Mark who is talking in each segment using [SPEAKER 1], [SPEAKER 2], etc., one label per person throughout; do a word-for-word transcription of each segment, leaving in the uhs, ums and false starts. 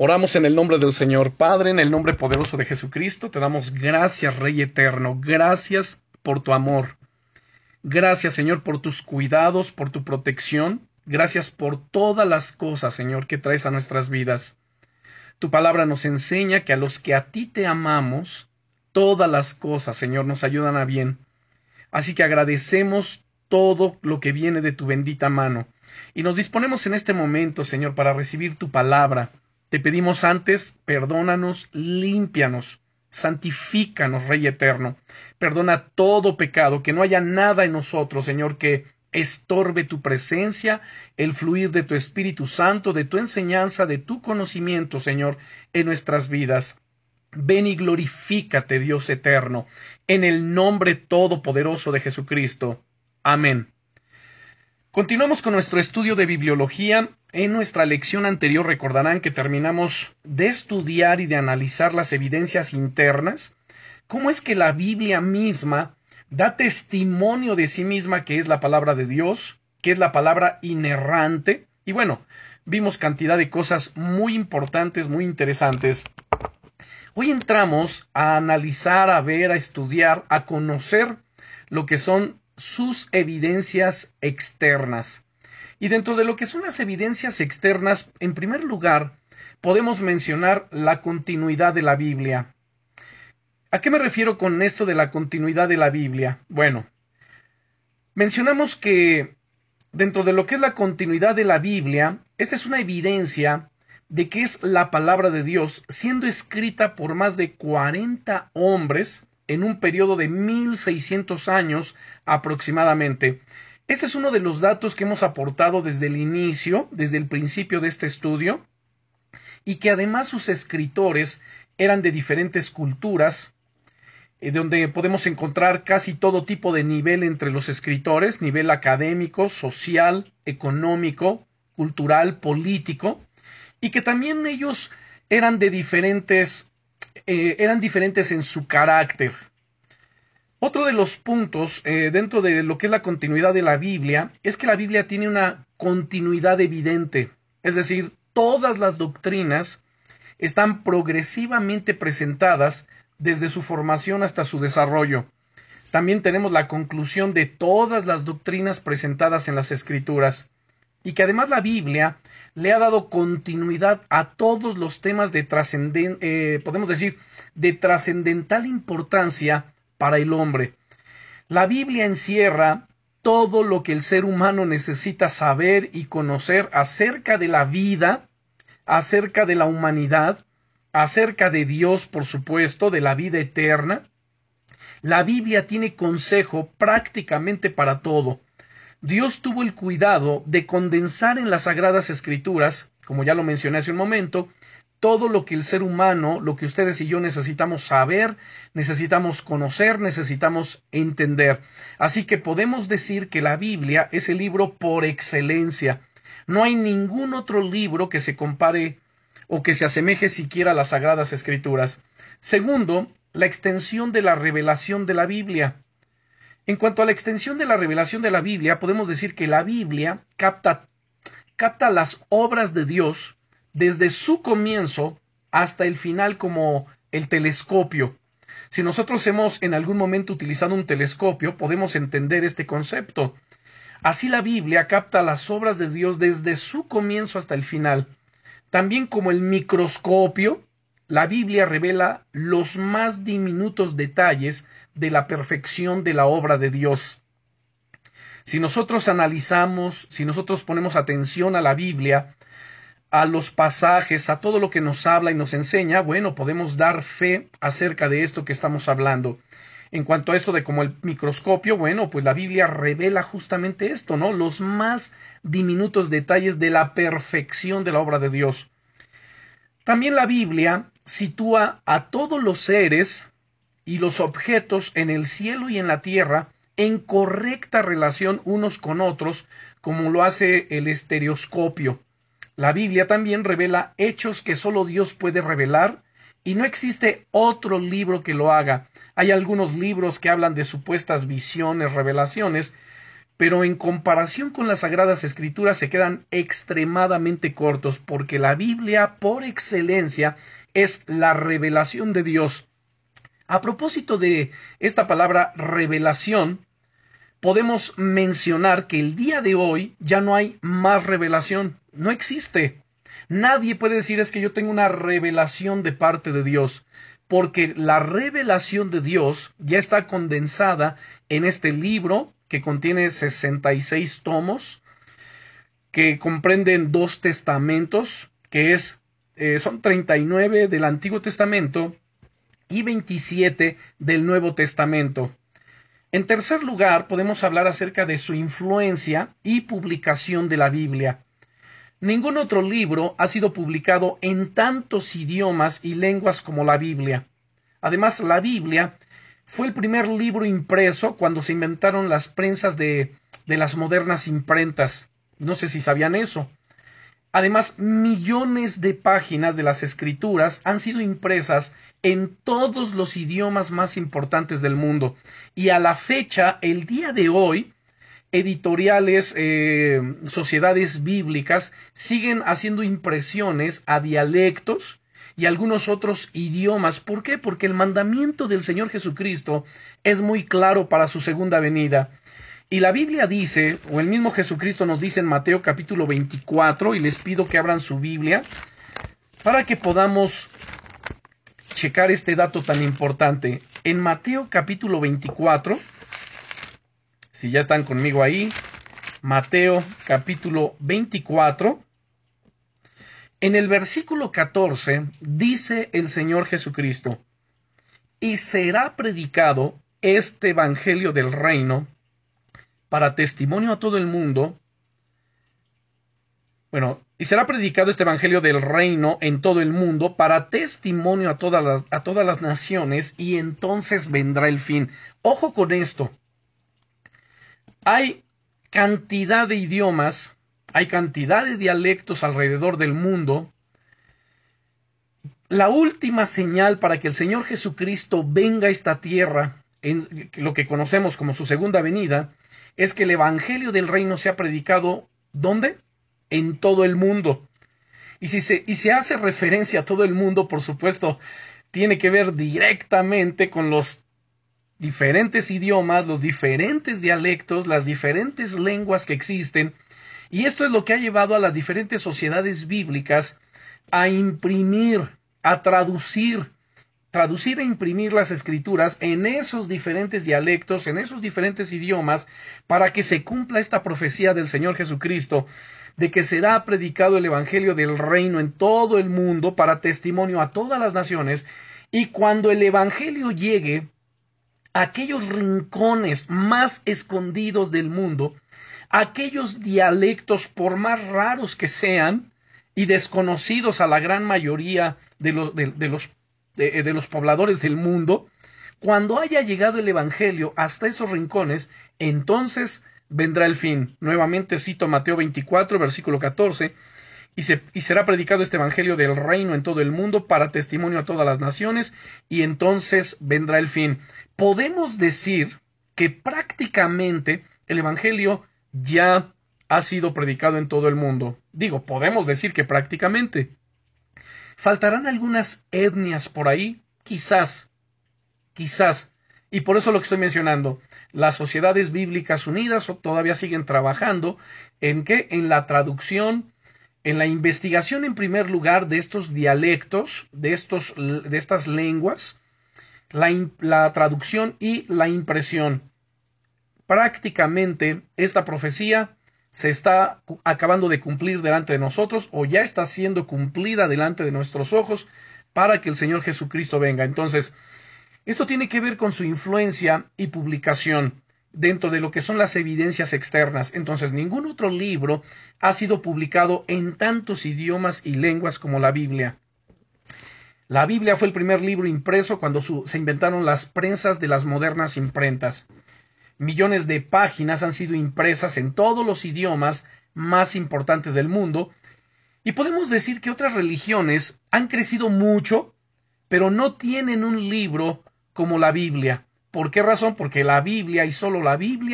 [SPEAKER 1] Oramos en el nombre del Señor Padre, en el nombre poderoso de Jesucristo. Te damos gracias, Rey eterno. Gracias por tu amor. Gracias, Señor, por tus cuidados, por tu protección. Gracias por todas las cosas, Señor, que traes a nuestras vidas. Tu palabra nos enseña que a los que a ti te amamos, todas las cosas, Señor, nos ayudan a bien. Así que agradecemos todo lo que viene de tu bendita mano. Y nos disponemos en este momento, Señor, para recibir tu palabra. Te pedimos antes, perdónanos, límpianos, santifícanos, Rey eterno. Perdona todo pecado, que no haya nada en nosotros, Señor, que estorbe tu presencia, el fluir de tu Espíritu Santo, de tu enseñanza, de tu conocimiento, Señor, en nuestras vidas. Ven y glorifícate, Dios eterno, en el nombre todopoderoso de Jesucristo. Amén. Continuamos con nuestro estudio de bibliología. En nuestra lección anterior recordarán que terminamos de estudiar y de analizar las evidencias internas. ¿Cómo es que la Biblia misma da testimonio de sí misma que es la palabra de Dios, que es la palabra inerrante? Y bueno, vimos cantidad de cosas muy importantes, muy interesantes. Hoy entramos a analizar, a ver, a estudiar, a conocer lo que son sus evidencias externas. Y dentro de lo que son las evidencias externas, en primer lugar, podemos mencionar la continuidad de la Biblia. ¿A qué me refiero con esto de la continuidad de la Biblia? Bueno, mencionamos que dentro de lo que es la continuidad de la Biblia, esta es una evidencia de que es la palabra de Dios siendo escrita por más de cuarenta hombres en un periodo de mil seiscientos años aproximadamente. Este es uno de los datos que hemos aportado desde el inicio, desde el principio de este estudio, y que además sus escritores eran de diferentes culturas, eh, donde podemos encontrar casi todo tipo de nivel entre los escritores, nivel académico, social, económico, cultural, político, y que también ellos eran de diferentes, eh, eran diferentes en su carácter. Otro de los puntos eh, dentro de lo que es la continuidad de la Biblia es que la Biblia tiene una continuidad evidente, es decir, todas las doctrinas están progresivamente presentadas desde su formación hasta su desarrollo. También tenemos la conclusión de todas las doctrinas presentadas en las Escrituras, y que además la Biblia le ha dado continuidad a todos los temas de trascenden, eh, podemos decir, de trascendental importancia para el hombre. La Biblia encierra todo lo que el ser humano necesita saber y conocer acerca de la vida, acerca de la humanidad, acerca de Dios, por supuesto, de la vida eterna. La Biblia tiene consejo prácticamente para todo. Dios tuvo el cuidado de condensar en las Sagradas Escrituras, como ya lo mencioné hace un momento, todo lo que el ser humano, lo que ustedes y yo necesitamos saber, necesitamos conocer, necesitamos entender. Así que podemos decir que la Biblia es el libro por excelencia. No hay ningún otro libro que se compare o que se asemeje siquiera a las Sagradas Escrituras. Segundo, la extensión de la revelación de la Biblia. En cuanto a la extensión de la revelación de la Biblia, podemos decir que la Biblia capta, capta las obras de Dios desde su comienzo hasta el final como el telescopio. Si nosotros hemos en algún momento utilizado un telescopio, podemos entender este concepto. Así la Biblia capta las obras de Dios desde su comienzo hasta el final. También como el microscopio, la Biblia revela los más diminutos detalles de la perfección de la obra de Dios. Si nosotros analizamos, si nosotros ponemos atención a la Biblia, a los pasajes, a todo lo que nos habla y nos enseña, bueno, podemos dar fe acerca de esto que estamos hablando. En cuanto a esto de como el microscopio, bueno, pues la Biblia revela justamente esto, ¿no? Los más diminutos detalles de la perfección de la obra de Dios. También la Biblia sitúa a todos los seres y los objetos en el cielo y en la tierra en correcta relación unos con otros, como lo hace el estereoscopio. La Biblia también revela hechos que solo Dios puede revelar, y no existe otro libro que lo haga. Hay algunos libros que hablan de supuestas visiones, revelaciones, pero en comparación con las Sagradas Escrituras se quedan extremadamente cortos, porque la Biblia, por excelencia, es la revelación de Dios. A propósito de esta palabra revelación, podemos mencionar que el día de hoy ya no hay más revelación, no existe. Nadie puede decir es que yo tengo una revelación de parte de Dios, porque la revelación de Dios ya está condensada en este libro que contiene sesenta y seis tomos, que comprenden dos testamentos, que es, eh, son treinta y nueve del Antiguo Testamento y veintisiete del Nuevo Testamento. En tercer lugar, podemos hablar acerca de su influencia y publicación de la Biblia. Ningún otro libro ha sido publicado en tantos idiomas y lenguas como la Biblia. Además, la Biblia fue el primer libro impreso cuando se inventaron las prensas de, de las modernas imprentas. No sé si sabían eso. Además, millones de páginas de las escrituras han sido impresas en todos los idiomas más importantes del mundo. Y a la fecha, el día de hoy, editoriales, eh, sociedades bíblicas siguen haciendo impresiones a dialectos y algunos otros idiomas. ¿Por qué? Porque el mandamiento del Señor Jesucristo es muy claro para su segunda venida. Y la Biblia dice, o el mismo Jesucristo nos dice en Mateo capítulo veinticuatro, y les pido que abran su Biblia para que podamos checar este dato tan importante. En Mateo capítulo veinticuatro, si ya están conmigo ahí, Mateo capítulo veinticuatro, en el versículo catorce dice el Señor Jesucristo: y será predicado este evangelio del reino para testimonio a todo el mundo. Bueno, y será predicado este evangelio del reino en todo el mundo para testimonio a todas las, a todas las naciones, y entonces vendrá el fin. Ojo con esto. Hay cantidad de idiomas, hay cantidad de dialectos alrededor del mundo. La última señal para que el Señor Jesucristo venga a esta tierra, en lo que conocemos como su segunda venida, es que el evangelio del reino sea predicado, ¿dónde? En todo el mundo. Y si se, y se hace referencia a todo el mundo, por supuesto, tiene que ver directamente con los diferentes idiomas, los diferentes dialectos, las diferentes lenguas que existen. Y esto es lo que ha llevado a las diferentes sociedades bíblicas a imprimir, a traducir, traducir e imprimir las escrituras en esos diferentes dialectos, en esos diferentes idiomas, para que se cumpla esta profecía del Señor Jesucristo, de que será predicado el evangelio del reino en todo el mundo para testimonio a todas las naciones. Y cuando el evangelio llegue a aquellos rincones más escondidos del mundo, aquellos dialectos, por más raros que sean y desconocidos a la gran mayoría de los, de, de los De, de los pobladores del mundo, cuando haya llegado el evangelio hasta esos rincones, entonces vendrá el fin. Nuevamente cito Mateo veinticuatro, versículo catorce, y, se, y será predicado este evangelio del reino en todo el mundo para testimonio a todas las naciones, y entonces vendrá el fin. Podemos decir que prácticamente el evangelio ya ha sido predicado en todo el mundo. Digo, podemos decir que prácticamente. ¿Faltarán algunas etnias por ahí? Quizás, quizás. Y por eso lo que estoy mencionando, las sociedades bíblicas unidas todavía siguen trabajando en qué, en la traducción, en la investigación en primer lugar de estos dialectos, de estos, de estas lenguas, la, la traducción y la impresión. Prácticamente esta profecía se está acabando de cumplir delante de nosotros, o ya está siendo cumplida delante de nuestros ojos, para que el Señor Jesucristo venga. Entonces, esto tiene que ver con su influencia y publicación dentro de lo que son las evidencias externas. Entonces, ningún otro libro ha sido publicado en tantos idiomas y lenguas como la Biblia. La Biblia fue el primer libro impreso cuando su, se inventaron las prensas de las modernas imprentas. Millones de páginas han sido impresas en todos los idiomas más importantes del mundo, y podemos decir que otras religiones han crecido mucho, pero no tienen un libro como la Biblia. ¿Por qué razón? Porque la Biblia y solo la Biblia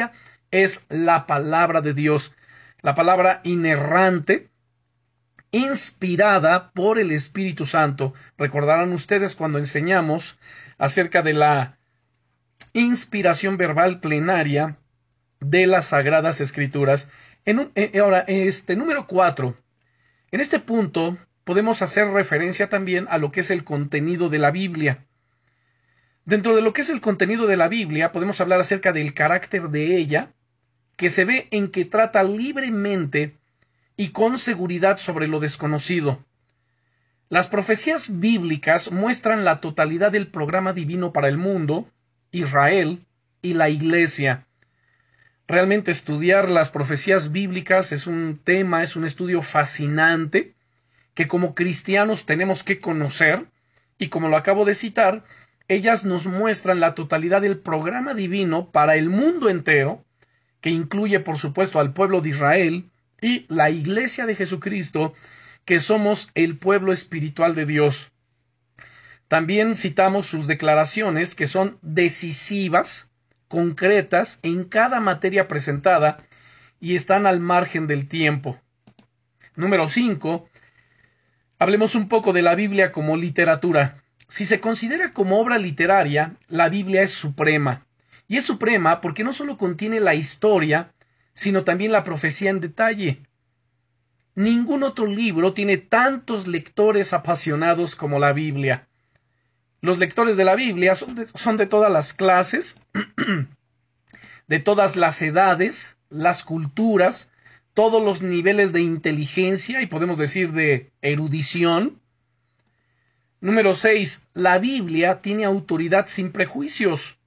[SPEAKER 1] es la palabra de Dios, la palabra inerrante, inspirada por el Espíritu Santo. Recordarán ustedes cuando enseñamos acerca de la inspiración verbal plenaria de las Sagradas Escrituras. En un, eh, ahora, este número cuatro. En este punto podemos hacer referencia también a lo que es el contenido de la Biblia. Dentro de lo que es el contenido de la Biblia, podemos hablar acerca del carácter de ella, que se ve en que trata libremente y con seguridad sobre lo desconocido. Las profecías bíblicas muestran la totalidad del programa divino para el mundo, Israel y la Iglesia. Realmente estudiar las profecías bíblicas es un tema, es un estudio fascinante que como cristianos tenemos que conocer, y como lo acabo de citar, ellas nos muestran la totalidad del programa divino para el mundo entero, que incluye por supuesto al pueblo de Israel y la Iglesia de Jesucristo, que somos el pueblo espiritual de Dios. También citamos sus declaraciones, que son decisivas, concretas en cada materia presentada y están al margen del tiempo. Número cinco. Hablemos un poco de la Biblia como literatura. Si se considera como obra literaria, la Biblia es suprema. Y es suprema porque no solo contiene la historia, sino también la profecía en detalle. Ningún otro libro tiene tantos lectores apasionados como la Biblia. Los lectores de la Biblia son de, son de todas las clases, de todas las edades, las culturas, todos los niveles de inteligencia y podemos decir de erudición. Número seis. La Biblia tiene autoridad sin prejuicios.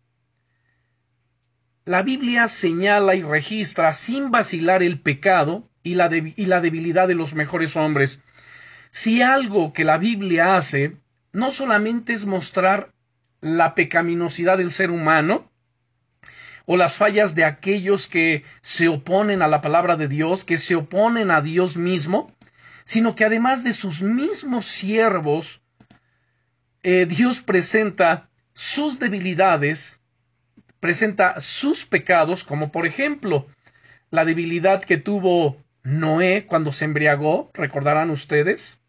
[SPEAKER 1] La Biblia señala y registra sin vacilar el pecado y la, de, y la debilidad de los mejores hombres. Si algo que la Biblia hace no solamente es mostrar la pecaminosidad del ser humano o las fallas de aquellos que se oponen a la palabra de Dios, que se oponen a Dios mismo, sino que además de sus mismos siervos, eh, Dios presenta sus debilidades, presenta sus pecados, como por ejemplo la debilidad que tuvo Noé cuando se embriagó, recordarán ustedes,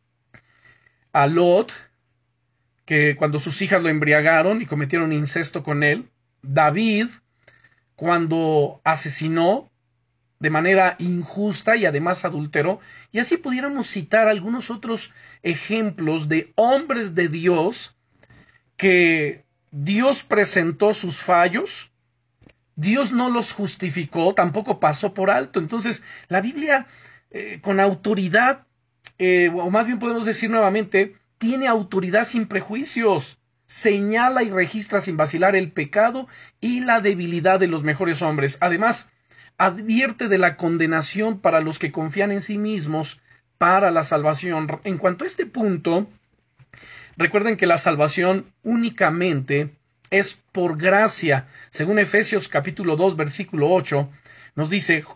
[SPEAKER 1] a Lot, que cuando sus hijas lo embriagaron y cometieron incesto con él, David, cuando asesinó de manera injusta y además adulteró, y así pudiéramos citar algunos otros ejemplos de hombres de Dios que Dios presentó sus fallos, Dios no los justificó, tampoco pasó por alto. Entonces, la Biblia, eh, con autoridad, eh, o más bien podemos decir nuevamente, tiene autoridad sin prejuicios, señala y registra sin vacilar el pecado y la debilidad de los mejores hombres. Además, advierte de la condenación para los que confían en sí mismos para la salvación. En cuanto a este punto, recuerden que la salvación únicamente es por gracia. Según Efesios capítulo dos, versículo ocho, nos dice,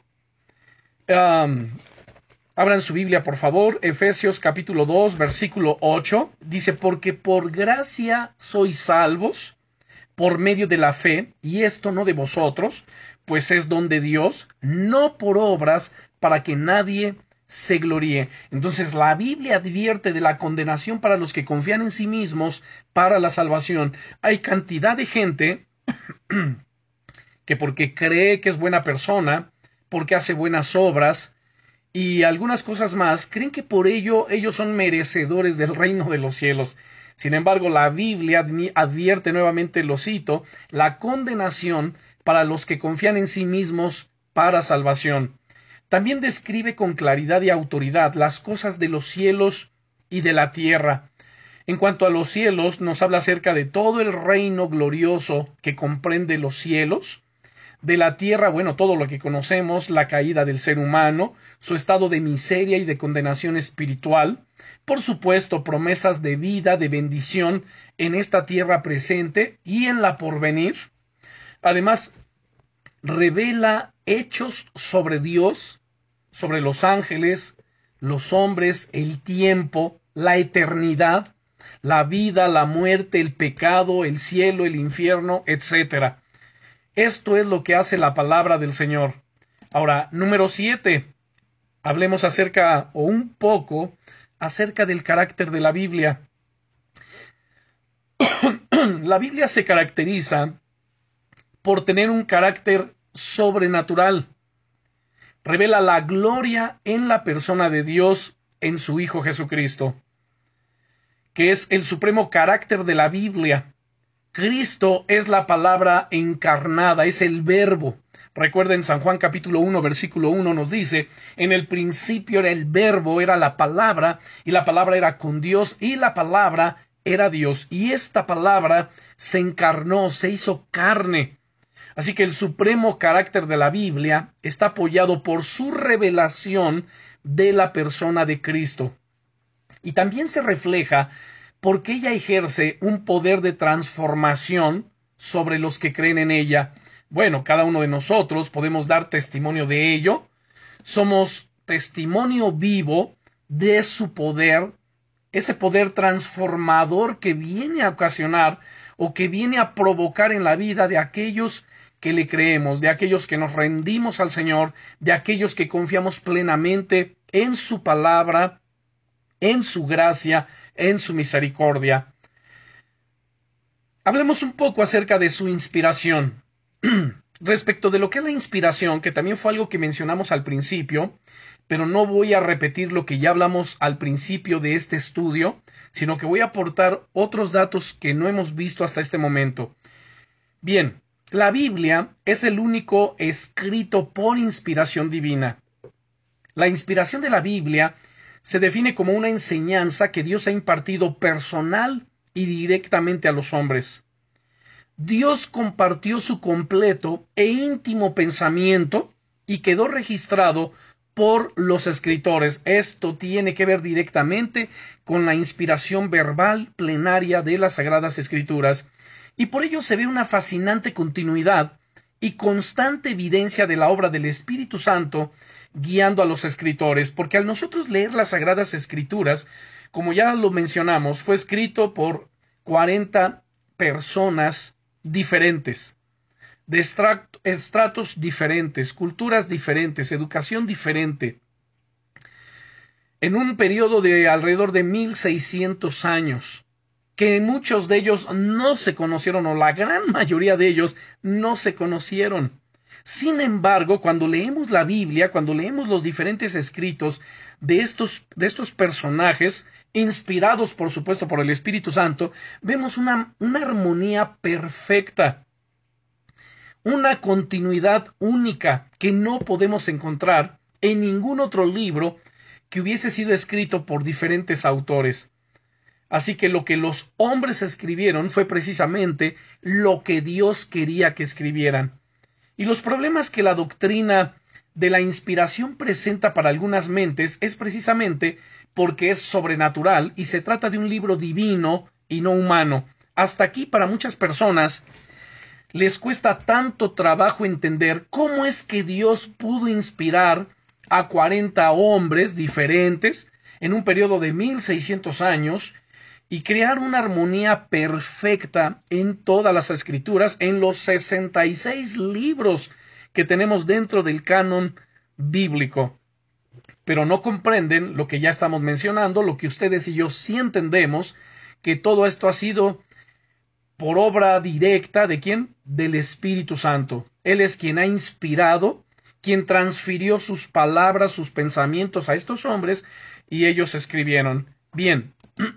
[SPEAKER 1] um, abran su Biblia por favor, Efesios capítulo dos, versículo ocho, dice, porque por gracia sois salvos, por medio de la fe, y esto no de vosotros, pues es don de Dios, no por obras, para que nadie se gloríe. Entonces la Biblia advierte de la condenación para los que confían en sí mismos para la salvación. Hay cantidad de gente que porque cree que es buena persona, porque hace buenas obras y algunas cosas más, creen que por ello ellos son merecedores del reino de los cielos. Sin embargo, la Biblia advierte nuevamente, lo cito, la condenación para los que confían en sí mismos para salvación. También describe con claridad y autoridad las cosas de los cielos y de la tierra. En cuanto a los cielos, nos habla acerca de todo el reino glorioso que comprende los cielos. De la tierra, bueno, todo lo que conocemos, la caída del ser humano, su estado de miseria y de condenación espiritual, por supuesto, promesas de vida, de bendición en esta tierra presente y en la porvenir. Además, revela hechos sobre Dios, sobre los ángeles, los hombres, el tiempo, la eternidad, la vida, la muerte, el pecado, el cielo, el infierno, etcétera. Esto es lo que hace la palabra del Señor. Ahora, número siete. Hablemos acerca, o un poco, acerca del carácter de la Biblia. La Biblia se caracteriza por tener un carácter sobrenatural. Revela la gloria en la persona de Dios en su Hijo Jesucristo, que es el supremo carácter de la Biblia. Cristo es la palabra encarnada, es el verbo. Recuerden, San Juan capítulo uno, versículo uno nos dice, en el principio era el verbo, era la palabra, y la palabra era con Dios, y la palabra era Dios. Y esta palabra se encarnó, se hizo carne. Así que el supremo carácter de la Biblia está apoyado por su revelación de la persona de Cristo. Y también se refleja porque ella ejerce un poder de transformación sobre los que creen en ella. Bueno, cada uno de nosotros podemos dar testimonio de ello. Somos testimonio vivo de su poder, ese poder transformador que viene a ocasionar o que viene a provocar en la vida de aquellos que le creemos, de aquellos que nos rendimos al Señor, de aquellos que confiamos plenamente en su palabra, en su gracia, en su misericordia. Hablemos un poco acerca de su inspiración. Respecto de lo que es la inspiración, que también fue algo que mencionamos al principio, pero no voy a repetir lo que ya hablamos al principio de este estudio, sino que voy a aportar otros datos que no hemos visto hasta este momento. Bien, la Biblia es el único escrito por inspiración divina. La inspiración de la Biblia se define como una enseñanza que Dios ha impartido personal y directamente a los hombres. Dios compartió su completo e íntimo pensamiento y quedó registrado por los escritores. Esto tiene que ver directamente con la inspiración verbal plenaria de las Sagradas Escrituras, y por ello se ve una fascinante continuidad y constante evidencia de la obra del Espíritu Santo guiando a los escritores, porque al nosotros leer las Sagradas Escrituras, como ya lo mencionamos, fue escrito por cuarenta personas diferentes, de estratos diferentes, culturas diferentes, educación diferente, en un periodo de alrededor de mil seiscientos años, que muchos de ellos no se conocieron, o la gran mayoría de ellos no se conocieron. Sin embargo, cuando leemos la Biblia, cuando leemos los diferentes escritos de estos, de estos personajes, inspirados por supuesto por el Espíritu Santo, vemos una, una armonía perfecta, una continuidad única que no podemos encontrar en ningún otro libro que hubiese sido escrito por diferentes autores. Así que lo que los hombres escribieron fue precisamente lo que Dios quería que escribieran. Y los problemas que la doctrina de la inspiración presenta para algunas mentes es precisamente porque es sobrenatural y se trata de un libro divino y no humano. Hasta aquí, para muchas personas les cuesta tanto trabajo entender cómo es que Dios pudo inspirar a cuarenta hombres diferentes en un periodo de mil seiscientos años y crear una armonía perfecta en todas las escrituras, en los sesenta y seis libros que tenemos dentro del canon bíblico. Pero no comprenden lo que ya estamos mencionando, lo que ustedes y yo sí entendemos, que todo esto ha sido por obra directa ¿de quién? Del Espíritu Santo. Él es quien ha inspirado, quien transfirió sus palabras, sus pensamientos a estos hombres, y ellos escribieron. Bien.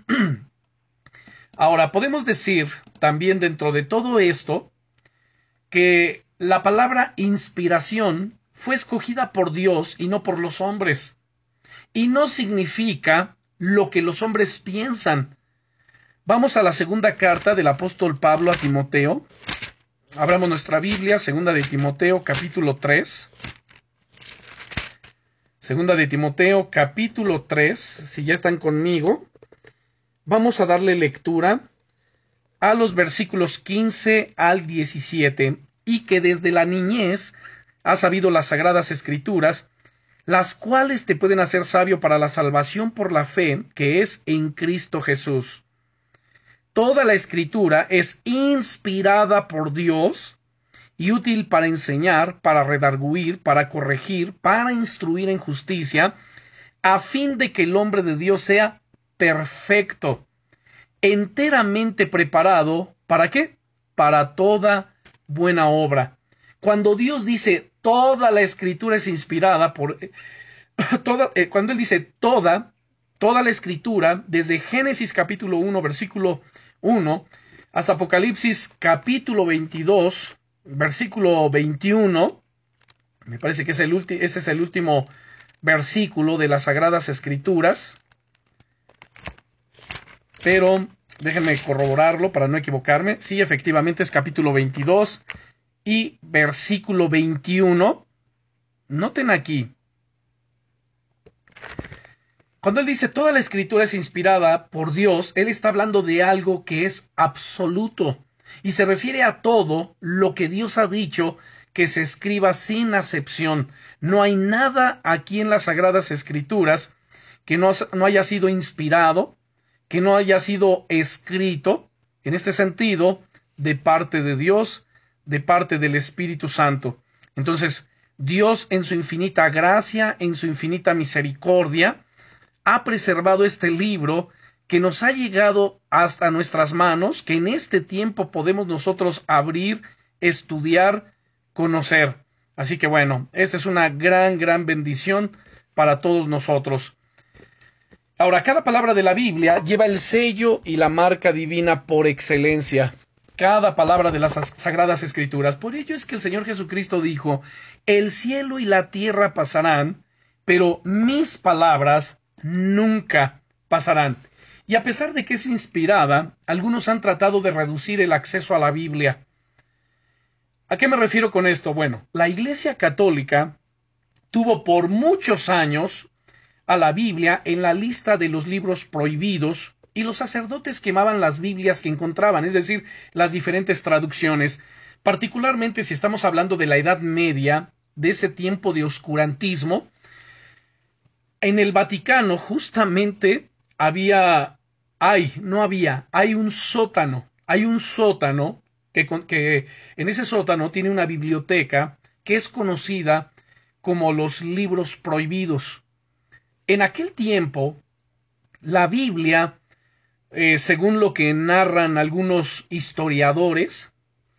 [SPEAKER 1] Ahora, podemos decir también dentro de todo esto que la palabra inspiración fue escogida por Dios y no por los hombres. Y no significa lo que los hombres piensan. Vamos a la segunda carta del apóstol Pablo a Timoteo. Abramos nuestra Biblia, segunda de Timoteo, capítulo tres. Segunda de Timoteo, capítulo tres. Si ya están conmigo, vamos a darle lectura a los versículos quince al diecisiete, y que desde la niñez has sabido las sagradas escrituras, las cuales te pueden hacer sabio para la salvación por la fe que es en Cristo Jesús. Toda la escritura es inspirada por Dios y útil para enseñar, para redarguir, para corregir, para instruir en justicia, a fin de que el hombre de Dios sea perfecto, enteramente preparado, ¿para qué? Para toda buena obra. Cuando Dios dice toda la escritura es inspirada por toda, eh, cuando Él dice toda, toda la escritura, desde Génesis capítulo uno, versículo uno, hasta Apocalipsis capítulo veintidós, versículo veintiuno, me parece que es el ulti- ese es el último versículo de las Sagradas Escrituras, pero déjenme corroborarlo para no equivocarme. Sí, efectivamente es capítulo veintidós y versículo veintiuno. Noten aquí, cuando él dice toda la escritura es inspirada por Dios, él está hablando de algo que es absoluto y se refiere a todo lo que Dios ha dicho que se escriba sin acepción. No hay nada aquí en las Sagradas Escrituras que no, no haya sido inspirado, que no haya sido escrito, en este sentido, de parte de Dios, de parte del Espíritu Santo. Entonces, Dios en su infinita gracia, en su infinita misericordia, ha preservado este libro que nos ha llegado hasta nuestras manos, que en este tiempo podemos nosotros abrir, estudiar, conocer. Así que bueno, esta es una gran, gran bendición para todos nosotros. Ahora, cada palabra de la Biblia lleva el sello y la marca divina por excelencia. Cada palabra de las Sagradas Escrituras. Por ello es que el Señor Jesucristo dijo, el cielo y la tierra pasarán, pero mis palabras nunca pasarán. Y a pesar de que es inspirada, algunos han tratado de reducir el acceso a la Biblia. ¿A qué me refiero con esto? Bueno, la Iglesia Católica tuvo por muchos años a la Biblia en la lista de los libros prohibidos y los sacerdotes quemaban las Biblias que encontraban, es decir, las diferentes traducciones, particularmente si estamos hablando de la Edad Media, de ese tiempo de oscurantismo. En el Vaticano justamente había, hay, no había, hay un sótano, hay un sótano que, que en ese sótano tiene una biblioteca que es conocida como los libros prohibidos. En aquel tiempo, la Biblia, eh, según lo que narran algunos historiadores,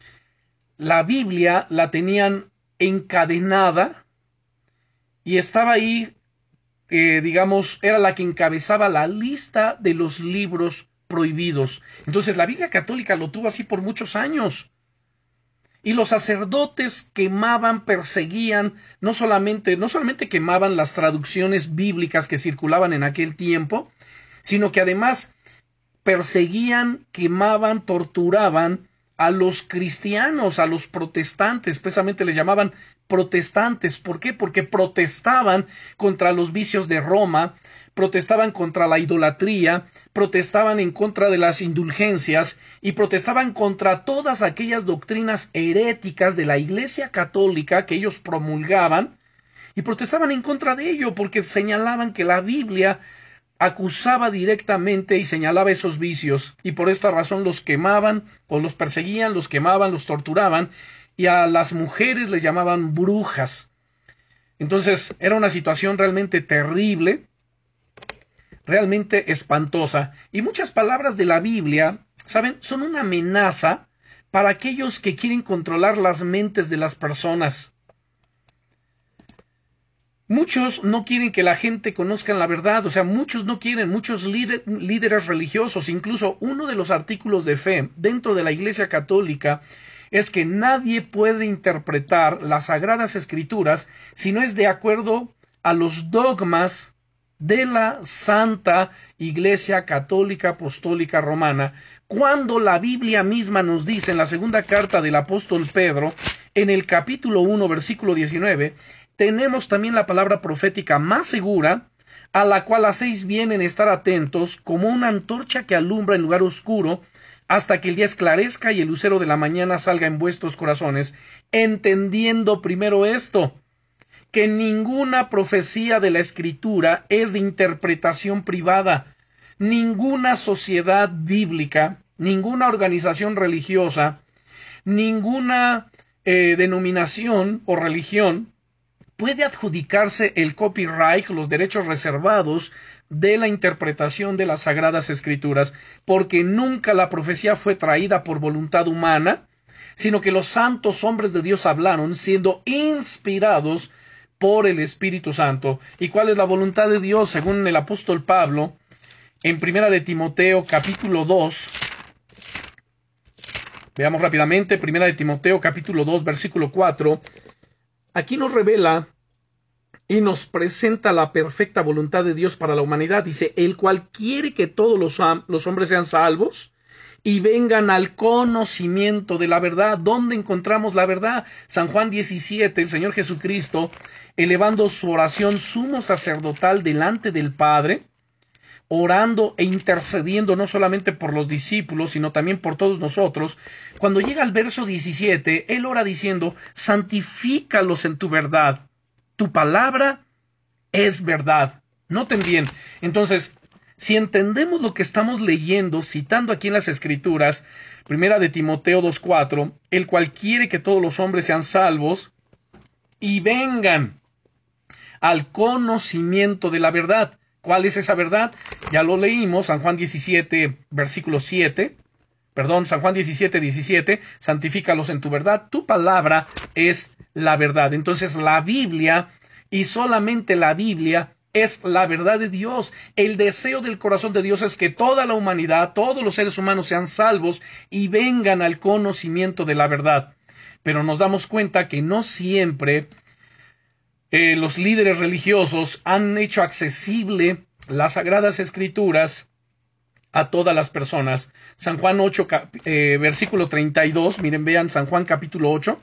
[SPEAKER 1] la Biblia la tenían encadenada y estaba ahí, eh, digamos, era la que encabezaba la lista de los libros prohibidos. Entonces la Biblia católica lo tuvo así por muchos años. Y los sacerdotes quemaban, perseguían, no solamente, no solamente quemaban las traducciones bíblicas que circulaban en aquel tiempo, sino que además perseguían, quemaban, torturaban a los cristianos, a los protestantes, precisamente les llamaban protestantes. ¿Por qué? Porque protestaban contra los vicios de Roma, protestaban contra la idolatría, protestaban en contra de las indulgencias y protestaban contra todas aquellas doctrinas heréticas de la Iglesia Católica que ellos promulgaban y protestaban en contra de ello porque señalaban que la Biblia acusaba directamente y señalaba esos vicios y por esta razón los quemaban o los perseguían, los quemaban, los torturaban y a las mujeres les llamaban brujas. Entonces era una situación realmente terrible, realmente espantosa y muchas palabras de la Biblia, ¿saben?, son una amenaza para aquellos que quieren controlar las mentes de las personas. Muchos no quieren que la gente conozca la verdad, o sea, muchos no quieren, muchos líder, líderes religiosos, incluso uno de los artículos de fe dentro de la Iglesia Católica es que nadie puede interpretar las Sagradas Escrituras si no es de acuerdo a los dogmas de la Santa Iglesia Católica Apostólica Romana, cuando la Biblia misma nos dice en la segunda carta del apóstol Pedro, en el capítulo uno, versículo diecinueve, tenemos también la palabra profética más segura, a la cual hacéis bien en estar atentos, como una antorcha que alumbra en lugar oscuro, hasta que el día esclarezca y el lucero de la mañana salga en vuestros corazones, entendiendo primero esto, que ninguna profecía de la Escritura es de interpretación privada. Ninguna sociedad bíblica, ninguna organización religiosa, ninguna eh, denominación o religión puede adjudicarse el copyright, los derechos reservados de la interpretación de las Sagradas Escrituras, porque nunca la profecía fue traída por voluntad humana, sino que los santos hombres de Dios hablaron siendo inspirados por el Espíritu Santo. ¿Y cuál es la voluntad de Dios? Según el apóstol Pablo, en Primera de Timoteo, capítulo dos, veamos rápidamente, Primera de Timoteo, capítulo dos, versículo cuatro, aquí nos revela y nos presenta la perfecta voluntad de Dios para la humanidad. Dice, el cual quiere que todos los, los hombres sean salvos y vengan al conocimiento de la verdad. ¿Dónde encontramos la verdad? San Juan diecisiete, el Señor Jesucristo, elevando su oración sumo sacerdotal delante del Padre, orando e intercediendo no solamente por los discípulos, sino también por todos nosotros. Cuando llega al verso diecisiete, Él ora diciendo, santifícalos en tu verdad. Tu palabra es verdad. Noten bien. Entonces, si entendemos lo que estamos leyendo, citando aquí en las Escrituras, Primera de Timoteo dos cuatro, el cual quiere que todos los hombres sean salvos y vengan al conocimiento de la verdad. ¿Cuál es esa verdad? Ya lo leímos, San Juan diecisiete, versículo siete. Perdón, San Juan diecisiete, diecisiete. Santifícalos en tu verdad. Tu palabra es la verdad. Entonces la Biblia, y solamente la Biblia, es la verdad de Dios. El deseo del corazón de Dios es que toda la humanidad, todos los seres humanos sean salvos y vengan al conocimiento de la verdad. Pero nos damos cuenta que no siempre eh, los líderes religiosos han hecho accesible las Sagradas Escrituras a todas las personas. San Juan ocho, eh, versículo treinta y dos, miren, vean San Juan capítulo ocho,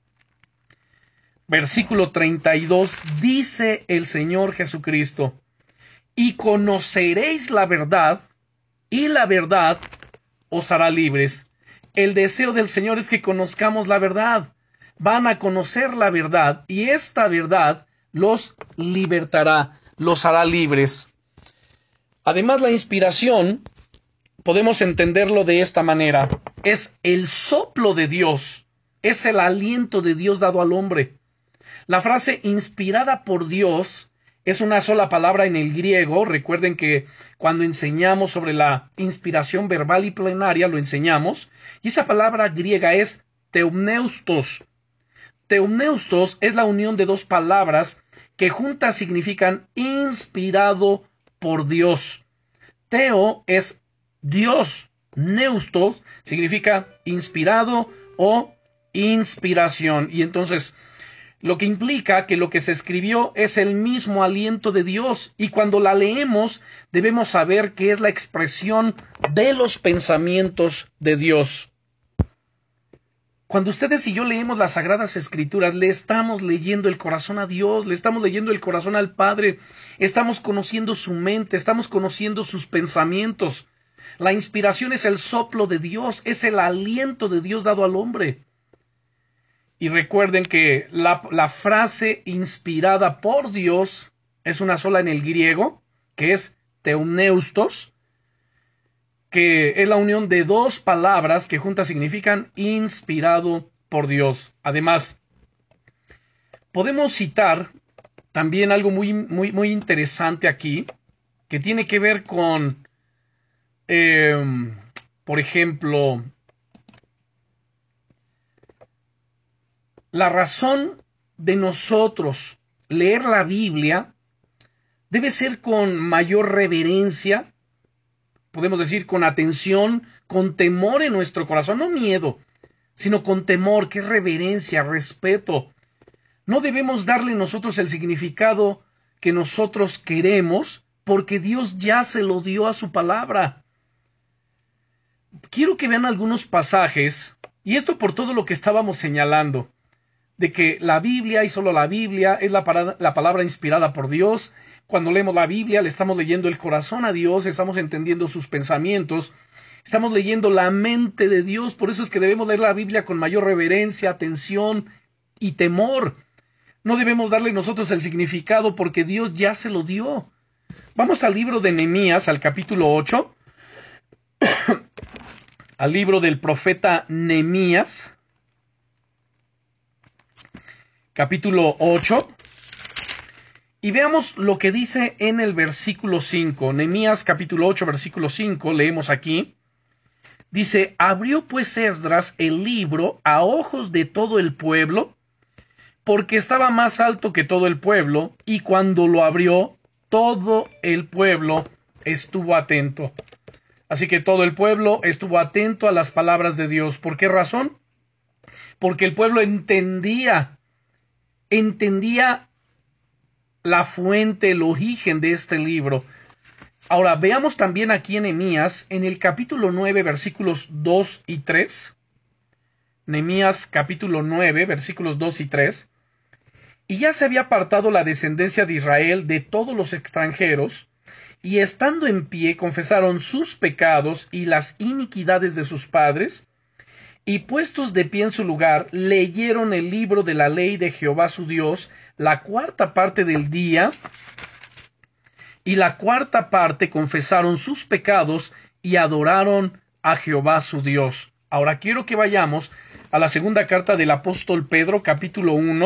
[SPEAKER 1] versículo treinta y dos, dice el Señor Jesucristo, y conoceréis la verdad, y la verdad os hará libres. El deseo del Señor es que conozcamos la verdad. Van a conocer la verdad, y esta verdad los libertará, los hará libres. Además, la inspiración podemos entenderlo de esta manera. Es el soplo de Dios, es el aliento de Dios dado al hombre. La frase inspirada por Dios es una sola palabra en el griego. Recuerden que cuando enseñamos sobre la inspiración verbal y plenaria lo enseñamos. Y esa palabra griega es teumneustos. Teumneustos es la unión de dos palabras que juntas significan inspirado por Dios. Teo es Dios. Neustos significa inspirado o inspiración. Y entonces, lo que implica que lo que se escribió es el mismo aliento de Dios. Y cuando la leemos, debemos saber que es la expresión de los pensamientos de Dios. Cuando ustedes y yo leemos las Sagradas Escrituras, le estamos leyendo el corazón a Dios, le estamos leyendo el corazón al Padre, estamos conociendo su mente, estamos conociendo sus pensamientos. La inspiración es el soplo de Dios, es el aliento de Dios dado al hombre. Y recuerden que la, la frase inspirada por Dios es una sola en el griego, que es teumneustos, que es la unión de dos palabras que juntas significan inspirado por Dios. Además, podemos citar también algo muy, muy, muy interesante aquí, que tiene que ver con, eh, por ejemplo, la razón de nosotros leer la Biblia debe ser con mayor reverencia, podemos decir con atención, con temor en nuestro corazón, no miedo, sino con temor, que es reverencia, respeto. No debemos darle nosotros el significado que nosotros queremos, porque Dios ya se lo dio a su palabra. Quiero que vean algunos pasajes, y esto por todo lo que estábamos señalando, de que la Biblia y solo la Biblia es la, para, la palabra inspirada por Dios. Cuando leemos la Biblia le estamos leyendo el corazón a Dios, estamos entendiendo sus pensamientos, estamos leyendo la mente de Dios. Por eso es que debemos leer la Biblia con mayor reverencia, atención y temor. No debemos darle nosotros el significado porque Dios ya se lo dio. Vamos al libro de Nehemías, al capítulo ocho, al libro del profeta Nehemías. capítulo ocho, y veamos lo que dice en el versículo cinco. Nehemías capítulo ocho, versículo cinco, leemos aquí. Dice: abrió pues Esdras el libro a ojos de todo el pueblo, porque estaba más alto que todo el pueblo, y cuando lo abrió, todo el pueblo estuvo atento. Así que todo el pueblo estuvo atento a las palabras de Dios. ¿Por qué razón? Porque el pueblo entendía, entendía la fuente, el origen de este libro. Ahora, veamos también aquí en Nehemías, en el capítulo nueve, versículos dos y tres. Nehemías capítulo nueve, versículos dos y tres. Y ya se había apartado la descendencia de Israel de todos los extranjeros, y estando en pie confesaron sus pecados y las iniquidades de sus padres, y puestos de pie en su lugar, leyeron el libro de la ley de Jehová su Dios, la cuarta parte del día, y la cuarta parte confesaron sus pecados y adoraron a Jehová su Dios. Ahora quiero que vayamos a la segunda carta del apóstol Pedro, capítulo uno.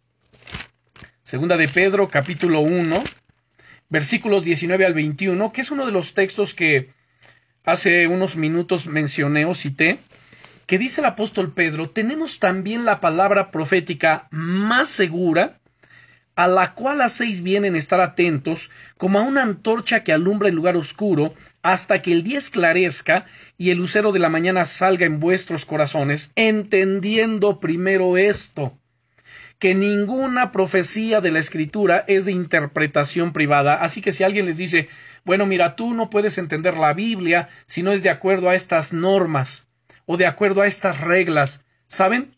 [SPEAKER 1] Segunda de Pedro, capítulo uno, versículos diecinueve al veintiuno, que es uno de los textos que hace unos minutos mencioné o cité, que dice el apóstol Pedro: tenemos también la palabra profética más segura, a la cual hacéis bien en estar atentos, como a una antorcha que alumbra en lugar oscuro, hasta que el día esclarezca y el lucero de la mañana salga en vuestros corazones, entendiendo primero esto, que ninguna profecía de la Escritura es de interpretación privada. Así que si alguien les dice: bueno, mira, tú no puedes entender la Biblia si no es de acuerdo a estas normas o de acuerdo a estas reglas, ¿saben?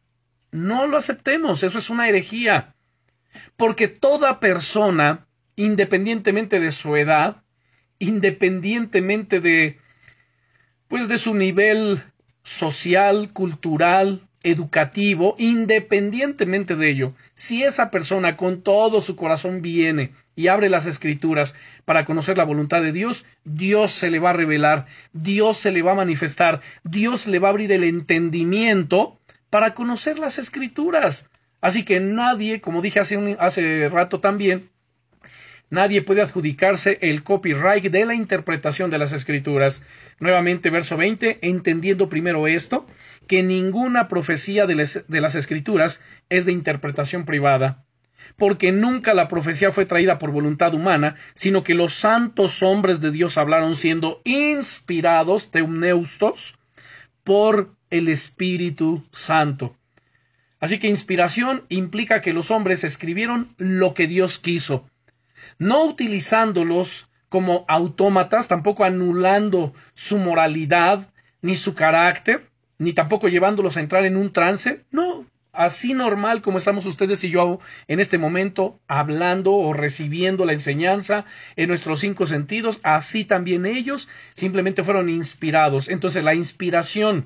[SPEAKER 1] No lo aceptemos, eso es una herejía. Porque toda persona, independientemente de su edad, independientemente de, pues, de su nivel social, cultural, educativo, independientemente de ello, si esa persona con todo su corazón viene y abre las Escrituras para conocer la voluntad de Dios, Dios se le va a revelar, Dios se le va a manifestar, Dios le va a abrir el entendimiento para conocer las Escrituras. Así que nadie, como dije hace, un, hace rato también, nadie puede adjudicarse el copyright de la interpretación de las Escrituras. Nuevamente, verso veinte, entendiendo primero esto, que ninguna profecía de, les, de las Escrituras es de interpretación privada, porque nunca la profecía fue traída por voluntad humana, sino que los santos hombres de Dios hablaron siendo inspirados, teumneustos, por el Espíritu Santo. Así que inspiración implica que los hombres escribieron lo que Dios quiso, no utilizándolos como autómatas, tampoco anulando su moralidad, ni su carácter, ni tampoco llevándolos a entrar en un trance. No, así normal como estamos ustedes y yo en este momento, hablando o recibiendo la enseñanza en nuestros cinco sentidos, así también ellos simplemente fueron inspirados. Entonces la inspiración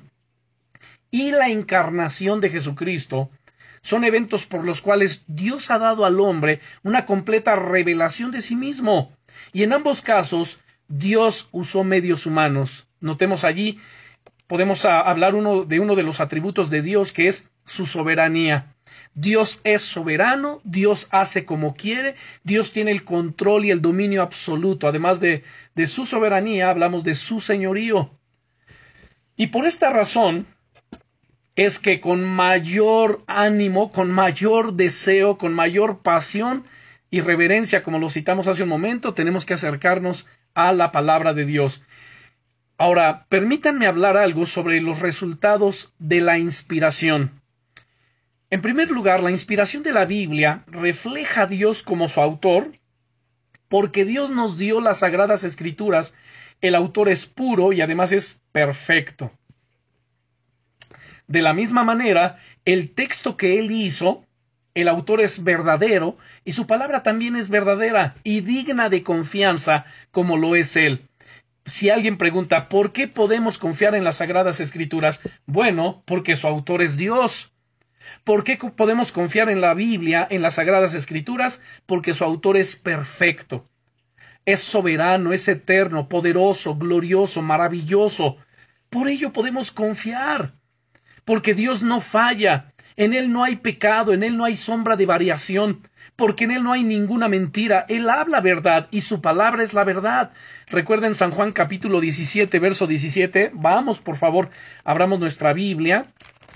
[SPEAKER 1] y la encarnación de Jesucristo son eventos por los cuales Dios ha dado al hombre una completa revelación de sí mismo. Y en ambos casos, Dios usó medios humanos. Notemos allí, podemos hablar uno de uno de los atributos de Dios, que es su soberanía. Dios es soberano, Dios hace como quiere, Dios tiene el control y el dominio absoluto. Además de, de su soberanía, hablamos de su señorío. Y por esta razón es que con mayor ánimo, con mayor deseo, con mayor pasión y reverencia, como lo citamos hace un momento, tenemos que acercarnos a la palabra de Dios. Ahora, permítanme hablar algo sobre los resultados de la inspiración. En primer lugar, la inspiración de la Biblia refleja a Dios como su autor, porque Dios nos dio las Sagradas Escrituras. El autor es puro y además es perfecto. De la misma manera, el texto que él hizo, el autor es verdadero y su palabra también es verdadera y digna de confianza como lo es él. Si alguien pregunta ¿por qué podemos confiar en las Sagradas Escrituras? Bueno, porque su autor es Dios. ¿Por qué podemos confiar en la Biblia, en las Sagradas Escrituras? Porque su autor es perfecto. Es soberano, es eterno, poderoso, glorioso, maravilloso. Por ello podemos confiar. Porque Dios no falla. En Él no hay pecado, en Él no hay sombra de variación, porque en Él no hay ninguna mentira. Él habla verdad y su palabra es la verdad. Recuerden San Juan capítulo diecisiete, verso diecisiete. Vamos, por favor, abramos nuestra Biblia.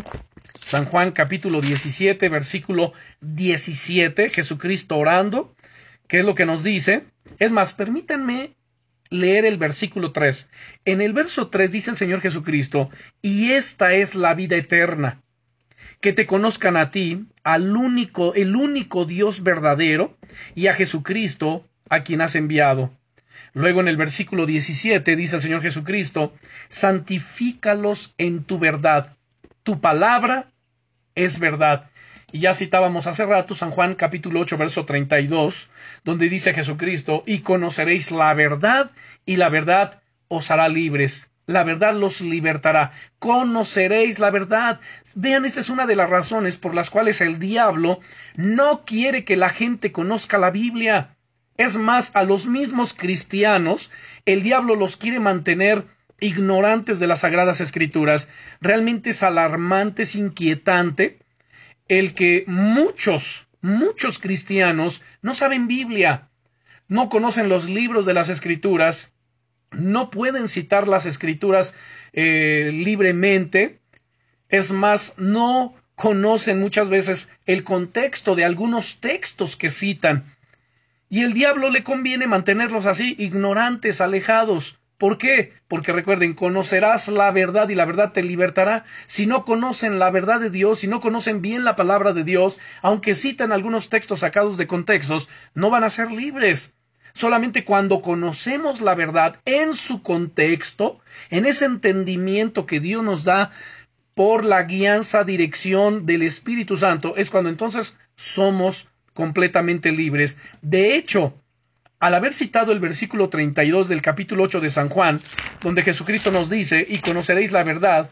[SPEAKER 1] San Juan capítulo diecisiete, versículo diecisiete. Jesucristo orando. ¿Qué es lo que nos dice? Es más, permítanme leer el versículo tres. En el verso tres dice el Señor Jesucristo, y esta es la vida eterna, que te conozcan a ti, al único, el único Dios verdadero, y a Jesucristo, a quien has enviado. Luego en el versículo diecisiete dice el Señor Jesucristo, santifícalos en tu verdad, tu palabra es verdad. Y ya citábamos hace rato San Juan capítulo ocho, verso treinta y dos, donde dice Jesucristo, y conoceréis la verdad, y la verdad os hará libres. La verdad los libertará. Conoceréis la verdad. Vean, esta es una de las razones por las cuales el diablo no quiere que la gente conozca la Biblia. Es más, a los mismos cristianos, el diablo los quiere mantener ignorantes de las Sagradas Escrituras. Realmente es alarmante, es inquietante el que muchos, muchos cristianos no saben Biblia, no conocen los libros de las Escrituras, no pueden citar las Escrituras eh, libremente. Es más, no conocen muchas veces el contexto de algunos textos que citan. Y el diablo le conviene mantenerlos así, ignorantes, alejados. ¿Por qué? Porque recuerden, conocerás la verdad y la verdad te libertará. Si no conocen la verdad de Dios, si no conocen bien la palabra de Dios, aunque citan algunos textos sacados de contextos, no van a ser libres. Solamente cuando conocemos la verdad en su contexto, en ese entendimiento que Dios nos da por la guianza, dirección del Espíritu Santo, es cuando entonces somos completamente libres. De hecho, al haber citado el versículo treinta y dos del capítulo ocho de San Juan, donde Jesucristo nos dice, y conoceréis la verdad,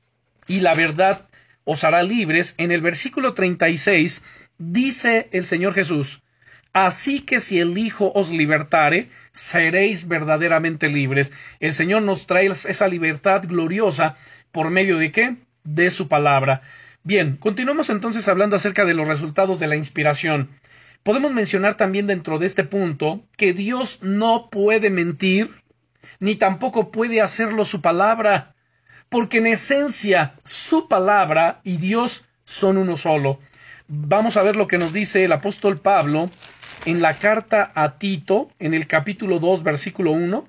[SPEAKER 1] y la verdad os hará libres, en el versículo treinta y seis dice el Señor Jesús, así que si el Hijo os libertare, seréis verdaderamente libres. El Señor nos trae esa libertad gloriosa, ¿por medio de qué? De su palabra. Bien, continuamos entonces hablando acerca de los resultados de la inspiración. Podemos mencionar también dentro de este punto que Dios no puede mentir, ni tampoco puede hacerlo su palabra, porque en esencia su palabra y Dios son uno solo. Vamos a ver lo que nos dice el apóstol Pablo en la carta a Tito, en el capítulo dos, versículo uno.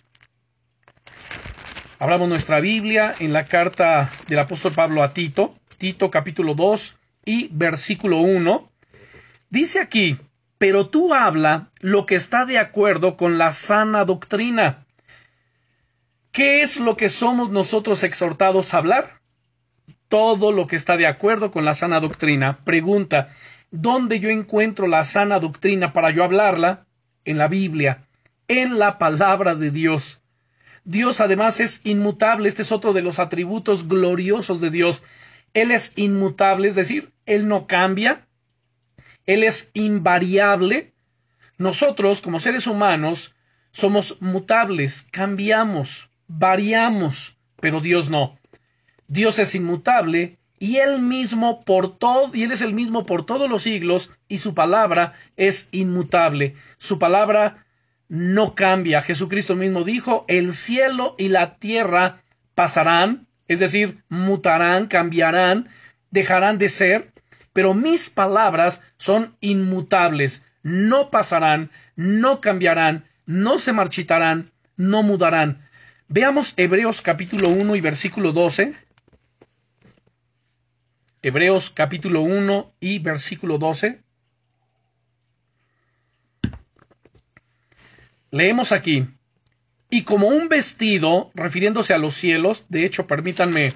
[SPEAKER 1] Abramos nuestra Biblia en la carta del apóstol Pablo a Tito, Tito capítulo dos y versículo uno. Dice aquí, pero tú habla lo que está de acuerdo con la sana doctrina. ¿Qué es lo que somos nosotros exhortados a hablar? Todo lo que está de acuerdo con la sana doctrina. Pregunta, ¿dónde yo encuentro la sana doctrina para yo hablarla? En la Biblia, en la palabra de Dios. Dios además es inmutable. Este es otro de los atributos gloriosos de Dios. Él es inmutable, es decir, Él no cambia. Él es invariable. Nosotros, como seres humanos, somos mutables, cambiamos, variamos, pero Dios no. Dios es inmutable y Él mismo por todo, y Él es el mismo por todos los siglos, y su palabra es inmutable. Su palabra no cambia. Jesucristo mismo dijo, el cielo y la tierra pasarán, es decir, mutarán, cambiarán, dejarán de ser, pero mis palabras son inmutables, no pasarán, no cambiarán, no se marchitarán, no mudarán. Veamos Hebreos capítulo uno y versículo doce. Hebreos capítulo uno y versículo doce. Leemos aquí, y como un vestido, refiriéndose a los cielos, de hecho, permítanme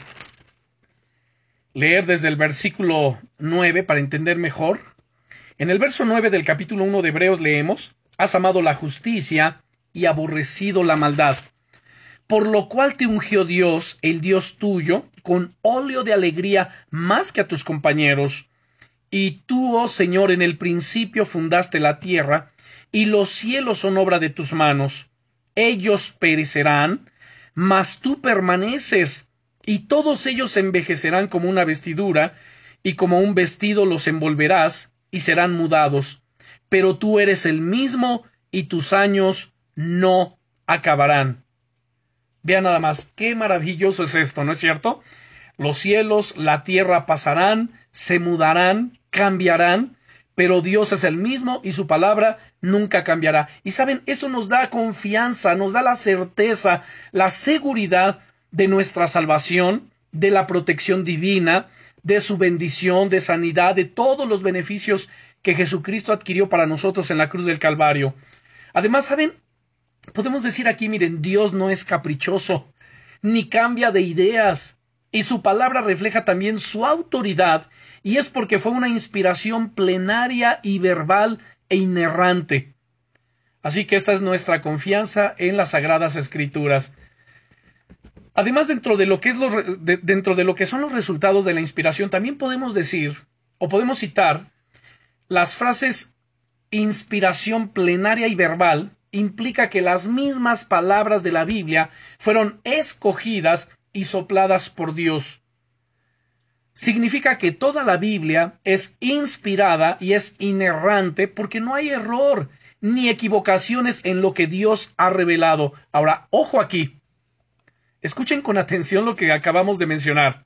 [SPEAKER 1] leer desde el versículo nueve para entender mejor. En el verso nueve del capítulo uno de Hebreos leemos, has amado la justicia y aborrecido la maldad, por lo cual te ungió Dios, el Dios tuyo, con óleo de alegría más que a tus compañeros. Y tú, oh Señor, en el principio fundaste la tierra, y los cielos son obra de tus manos. Ellos perecerán, mas tú permaneces, y todos ellos envejecerán como una vestidura, y como un vestido los envolverás y serán mudados, pero tú eres el mismo y tus años no acabarán. Vean nada más, qué maravilloso es esto, ¿no es cierto? Los cielos, la tierra pasarán, se mudarán, cambiarán, pero Dios es el mismo y su palabra nunca cambiará. Y saben, eso nos da confianza, nos da la certeza, la seguridad de nuestra salvación, de la protección divina, de su bendición, de sanidad, de todos los beneficios que Jesucristo adquirió para nosotros en la cruz del Calvario. Además, ¿saben? Podemos decir aquí, miren, Dios no es caprichoso, ni cambia de ideas, y su palabra refleja también su autoridad, y es porque fue una inspiración plenaria y verbal e inerrante. Así que esta es nuestra confianza en las Sagradas Escrituras. Además, dentro de lo que es los, de, dentro de lo que son los resultados de la inspiración, también podemos decir, o podemos citar, las frases inspiración plenaria y verbal, implica que las mismas palabras de la Biblia fueron escogidas y sopladas por Dios. Significa que toda la Biblia es inspirada y es inerrante porque no hay error ni equivocaciones en lo que Dios ha revelado. Ahora, ojo aquí. Escuchen con atención lo que acabamos de mencionar.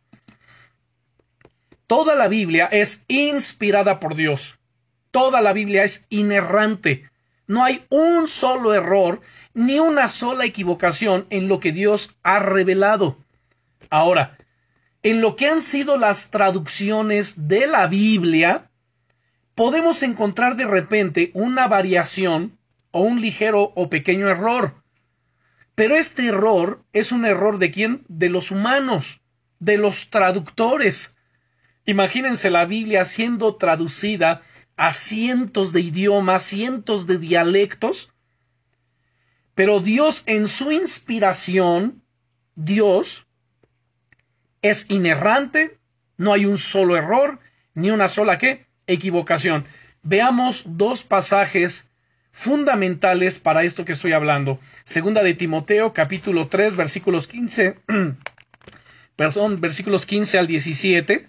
[SPEAKER 1] Toda la Biblia es inspirada por Dios. Toda la Biblia es inerrante. No hay un solo error ni una sola equivocación en lo que Dios ha revelado. Ahora, en lo que han sido las traducciones de la Biblia, podemos encontrar de repente una variación o un ligero o pequeño error. Pero este error es un error ¿de quién? De los humanos, de los traductores. Imagínense la Biblia siendo traducida a cientos de idiomas, cientos de dialectos, pero Dios en su inspiración, Dios es inerrante, no hay un solo error, ni una sola ¿qué? Equivocación. Veamos dos pasajes fundamentales para esto que estoy hablando. Segunda de Timoteo, capítulo tres, versículos quince, perdón, versículos quince al diecisiete.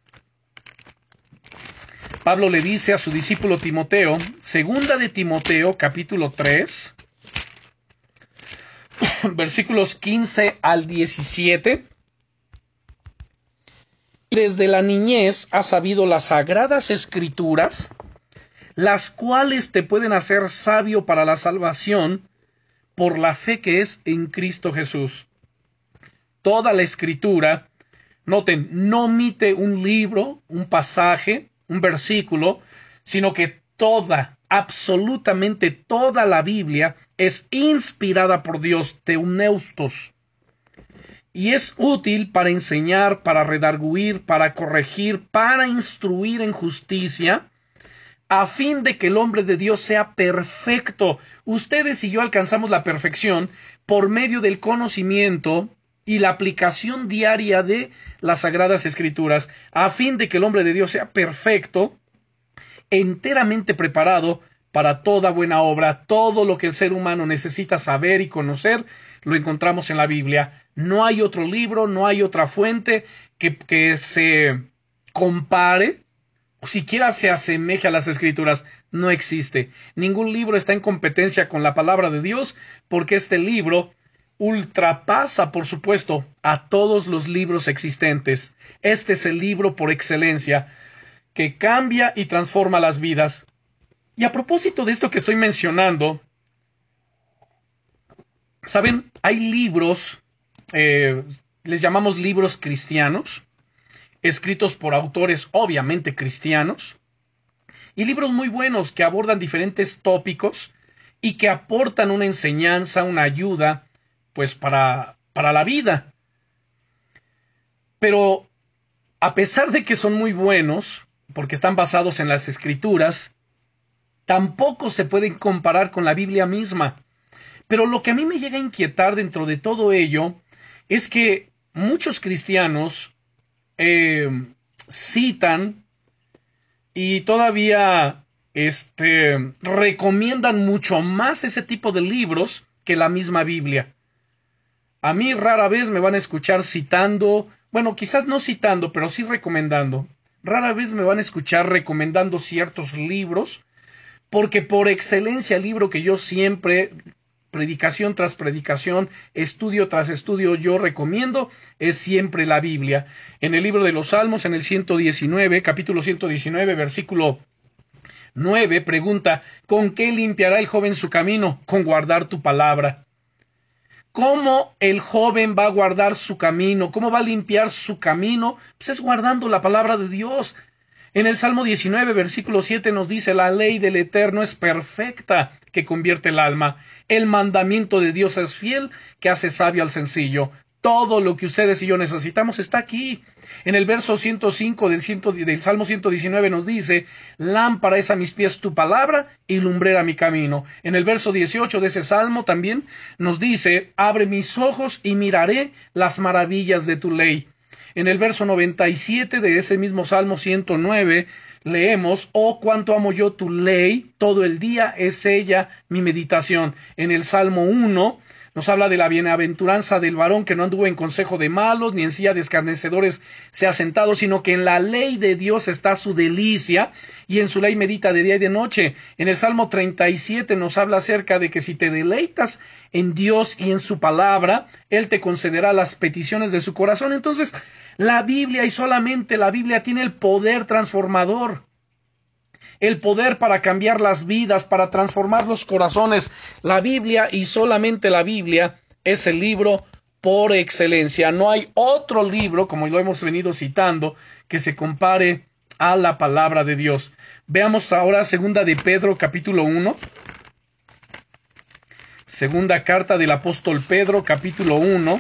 [SPEAKER 1] Pablo le dice a su discípulo Timoteo, segunda de Timoteo, capítulo tres, versículos quince al diecisiete. Desde la niñez has sabido las sagradas escrituras, las cuales te pueden hacer sabio para la salvación por la fe que es en Cristo Jesús. Toda la escritura, noten, no omite un libro, un pasaje, un versículo, sino que toda, absolutamente toda la Biblia es inspirada por Dios, Theopneustos, y es útil para enseñar, para redarguir, para corregir, para instruir en justicia, a fin de que el hombre de Dios sea perfecto. Ustedes y yo alcanzamos la perfección por medio del conocimiento y la aplicación diaria de las Sagradas Escrituras, a fin de que el hombre de Dios sea perfecto, enteramente preparado para toda buena obra. Todo lo que el ser humano necesita saber y conocer, lo encontramos en la Biblia. No hay otro libro, no hay otra fuente que, que se compare o siquiera se asemeje a las Escrituras. No existe. Ningún libro está en competencia con la palabra de Dios, porque este libro ultrapasa, por supuesto, a todos los libros existentes. Este es el libro por excelencia que cambia y transforma las vidas. Y a propósito de esto que estoy mencionando, ¿saben? Hay libros, eh, les llamamos libros cristianos, escritos por autores obviamente cristianos, y libros muy buenos que abordan diferentes tópicos y que aportan una enseñanza, una ayuda, pues para, para la vida. Pero a pesar de que son muy buenos, porque están basados en las Escrituras, tampoco se pueden comparar con la Biblia misma. Pero lo que a mí me llega a inquietar dentro de todo ello es que muchos cristianos eh, citan y todavía este, recomiendan mucho más ese tipo de libros que la misma Biblia. A mí rara vez me van a escuchar citando, bueno, quizás no citando, pero sí recomendando. rara vez me van a escuchar recomendando ciertos libros, porque por excelencia el libro que yo siempre, predicación tras predicación, estudio tras estudio, yo recomiendo, es siempre la Biblia. En el libro de los Salmos, en el ciento diecinueve, capítulo ciento diecinueve, versículo nueve, pregunta: ¿con qué limpiará el joven su camino? Con guardar tu palabra. ¿Cómo el joven va a guardar su camino? ¿Cómo va a limpiar su camino? Pues es guardando la palabra de Dios. En el Salmo diecinueve, versículo siete nos dice: la ley del Eterno es perfecta, que convierte el alma. El mandamiento de Dios es fiel, que hace sabio al sencillo. Todo lo que ustedes y yo necesitamos está aquí. En el verso ciento cinco del, ciento, del Salmo ciento diecinueve nos dice: lámpara es a mis pies tu palabra y lumbrera mi camino. En el verso dieciocho de ese Salmo también nos dice: abre mis ojos y miraré las maravillas de tu ley. En el verso noventa y siete de ese mismo Salmo ciento nueve leemos: oh, cuánto amo yo tu ley, todo el día es ella mi meditación. En el Salmo uno nos habla de la bienaventuranza del varón que no anduvo en consejo de malos, ni en silla de escarnecedores se ha sentado, sino que en la ley de Dios está su delicia, y en su ley medita de día y de noche. En el Salmo treinta y siete nos habla acerca de que si te deleitas en Dios y en su palabra, Él te concederá las peticiones de su corazón. Entonces, la Biblia, y solamente la Biblia, tiene el poder transformador. El poder para cambiar las vidas, para transformar los corazones. La Biblia, y solamente la Biblia, es el libro por excelencia. No hay otro libro, como lo hemos venido citando, que se compare a la palabra de Dios. Veamos ahora segunda de Pedro, capítulo uno. Segunda carta del apóstol Pedro, capítulo uno.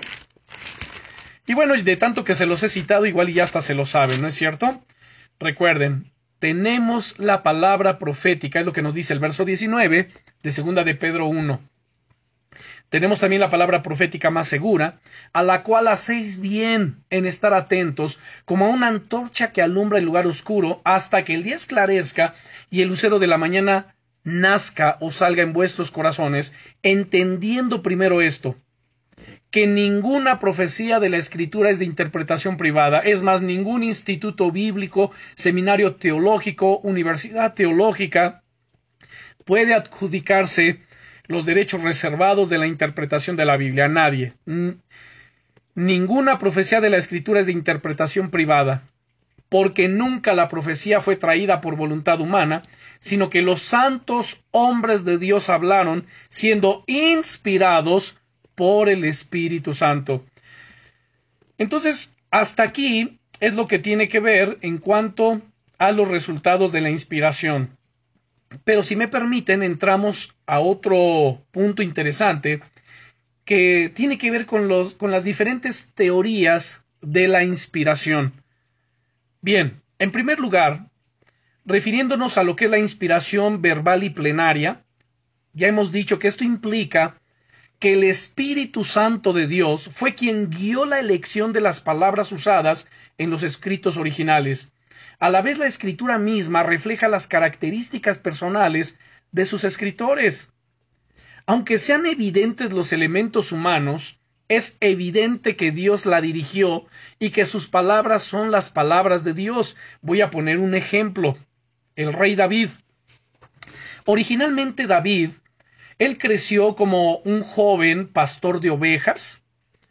[SPEAKER 1] Y bueno, de tanto que se los he citado, igual y ya hasta se lo saben, ¿no es cierto? Recuerden, tenemos la palabra profética, es lo que nos dice el verso diecinueve de segunda de Pedro uno. Tenemos también la palabra profética más segura, a la cual hacéis bien en estar atentos, como a una antorcha que alumbra el lugar oscuro, hasta que el día esclarezca y el lucero de la mañana nazca o salga en vuestros corazones, entendiendo primero esto: que ninguna profecía de la Escritura es de interpretación privada. Es más, ningún instituto bíblico, seminario teológico, universidad teológica puede adjudicarse los derechos reservados de la interpretación de la Biblia. Nadie. N- ninguna profecía de la Escritura es de interpretación privada, porque nunca la profecía fue traída por voluntad humana, sino que los santos hombres de Dios hablaron, siendo inspirados por el Espíritu Santo. Entonces, hasta aquí es lo que tiene que ver en cuanto a los resultados de la inspiración. Pero si me permiten, entramos a otro punto interesante que tiene que ver con, los, con las diferentes teorías de la inspiración. Bien, en primer lugar, refiriéndonos a lo que es la inspiración verbal y plenaria, ya hemos dicho que esto implica que el Espíritu Santo de Dios fue quien guió la elección de las palabras usadas en los escritos originales. A la vez, la escritura misma refleja las características personales de sus escritores. Aunque sean evidentes los elementos humanos, es evidente que Dios la dirigió y que sus palabras son las palabras de Dios. Voy a poner un ejemplo. El rey David. Originalmente David, él creció como un joven pastor de ovejas,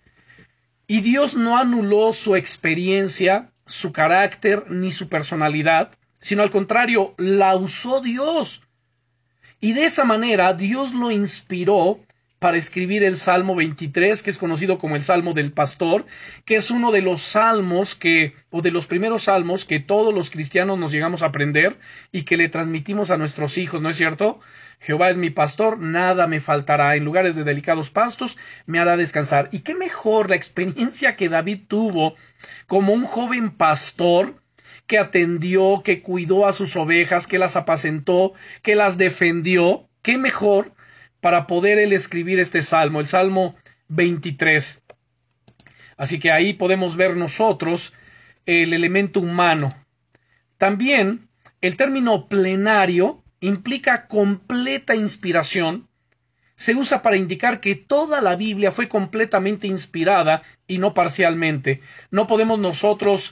[SPEAKER 1] y Dios no anuló su experiencia, su carácter ni su personalidad, sino al contrario, la usó Dios. Y de esa manera Dios lo inspiró para escribir el Salmo veintitrés, que es conocido como el Salmo del Pastor, que es uno de los salmos que, o de los primeros salmos que todos los cristianos nos llegamos a aprender y que le transmitimos a nuestros hijos, ¿no es cierto? Jehová es mi pastor, nada me faltará, en lugares de delicados pastos me hará descansar. Y qué mejor la experiencia que David tuvo como un joven pastor, que atendió, que cuidó a sus ovejas, que las apacentó, que las defendió. Qué mejor para poder él escribir este salmo, el Salmo veintitrés. Así que ahí podemos ver nosotros el elemento humano. También el término plenario implica completa inspiración. Se usa para indicar que toda la Biblia fue completamente inspirada y no parcialmente. No podemos nosotros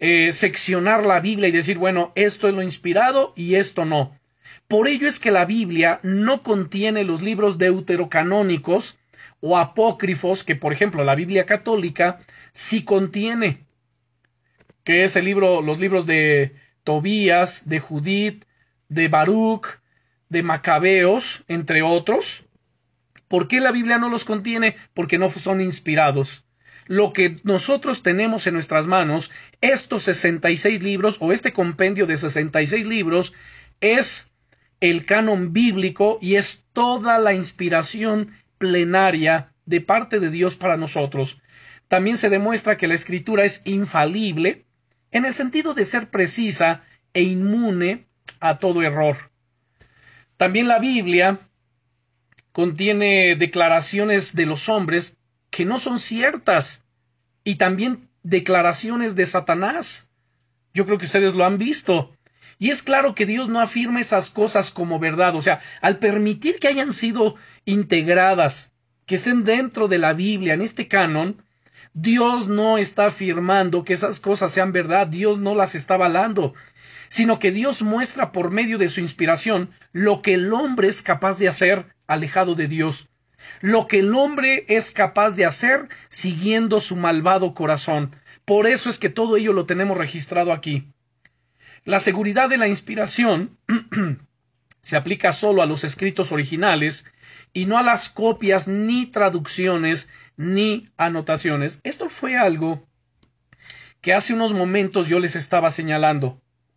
[SPEAKER 1] eh, seccionar la Biblia y decir, bueno, esto es lo inspirado y esto no. Por ello es que la Biblia no contiene los libros deuterocanónicos o apócrifos que, por ejemplo, la Biblia católica sí contiene, que es el libro, los libros de Tobías, de Judith, de Baruch, de Macabeos, entre otros. ¿Por qué la Biblia no los contiene? Porque no son inspirados. Lo que nosotros tenemos en nuestras manos, estos sesenta y seis libros, o este compendio de sesenta y seis libros, es el canon bíblico y es toda la inspiración plenaria de parte de Dios para nosotros. También se demuestra que la Escritura es infalible en el sentido de ser precisa e inmune a todo error. También la Biblia contiene declaraciones de los hombres que no son ciertas y también declaraciones de Satanás. Yo creo que ustedes lo han visto. Y es claro que Dios no afirma esas cosas como verdad. O sea, al permitir que hayan sido integradas, que estén dentro de la Biblia, en este canon, Dios no está afirmando que esas cosas sean verdad. Dios no las está avalando, sino que Dios muestra por medio de su inspiración lo que el hombre es capaz de hacer alejado de Dios, lo que el hombre es capaz de hacer siguiendo su malvado corazón. Por eso es que todo ello lo tenemos registrado aquí. La seguridad de la inspiración se aplica solo a los escritos originales y no a las copias, ni traducciones, ni anotaciones. Esto fue algo que hace unos momentos yo les estaba señalando.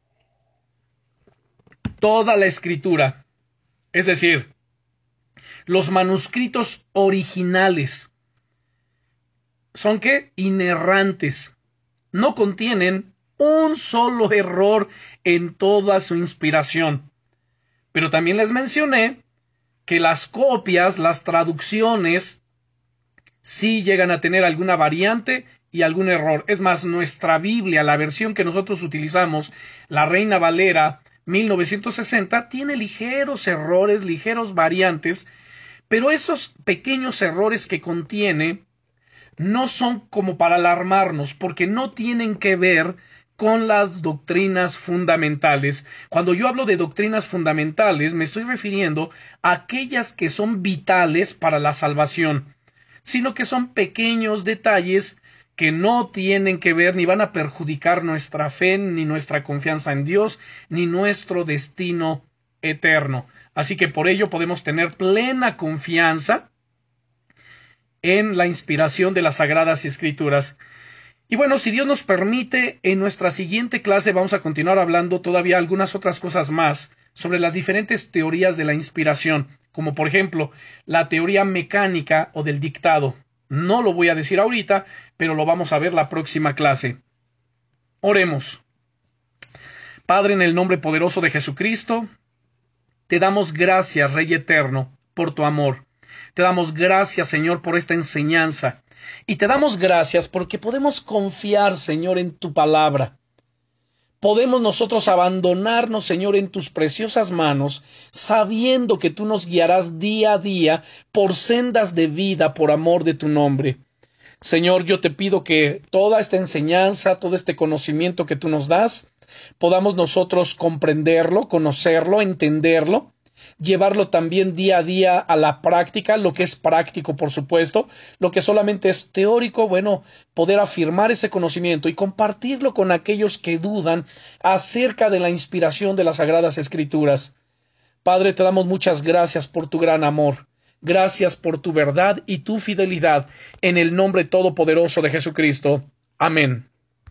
[SPEAKER 1] Toda la escritura, es decir, los manuscritos originales, ¿son qué? Inerrantes. No contienen un solo error en toda su inspiración. Pero también les mencioné que las copias, las traducciones, sí llegan a tener alguna variante y algún error. Es más, nuestra Biblia, la versión que nosotros utilizamos, la Reina Valera mil novecientos sesenta, tiene ligeros errores, ligeros variantes, pero esos pequeños errores que contiene no son como para alarmarnos, porque no tienen que ver con las doctrinas fundamentales. Cuando yo hablo de doctrinas fundamentales, me estoy refiriendo a aquellas que son vitales para la salvación, sino que son pequeños detalles que no tienen que ver ni van a perjudicar nuestra fe, ni nuestra confianza en Dios, ni nuestro destino eterno. Así que por ello podemos tener plena confianza en la inspiración de las Sagradas Escrituras. Y bueno, si Dios nos permite, en nuestra siguiente clase vamos a continuar hablando todavía algunas otras cosas más sobre las diferentes teorías de la inspiración, como por ejemplo la teoría mecánica o del dictado. No lo voy a decir ahorita, pero lo vamos a ver la próxima clase. Oremos. Padre, en el nombre poderoso de Jesucristo, te damos gracias, Rey eterno, por tu amor. Te damos gracias, Señor, por esta enseñanza. Y te damos gracias porque podemos confiar, Señor, en tu palabra. Podemos nosotros abandonarnos, Señor, en tus preciosas manos, sabiendo que tú nos guiarás día a día por sendas de vida por amor de tu nombre. Señor, yo te pido que toda esta enseñanza, todo este conocimiento que tú nos das, podamos nosotros comprenderlo, conocerlo, entenderlo, llevarlo también día a día a la práctica, lo que es práctico, por supuesto, lo que solamente es teórico, bueno, poder afirmar ese conocimiento y compartirlo con aquellos que dudan acerca de la inspiración de las Sagradas Escrituras. Padre, te damos muchas gracias por tu gran amor. Gracias por tu verdad y tu fidelidad, en el nombre todopoderoso de Jesucristo. Amén.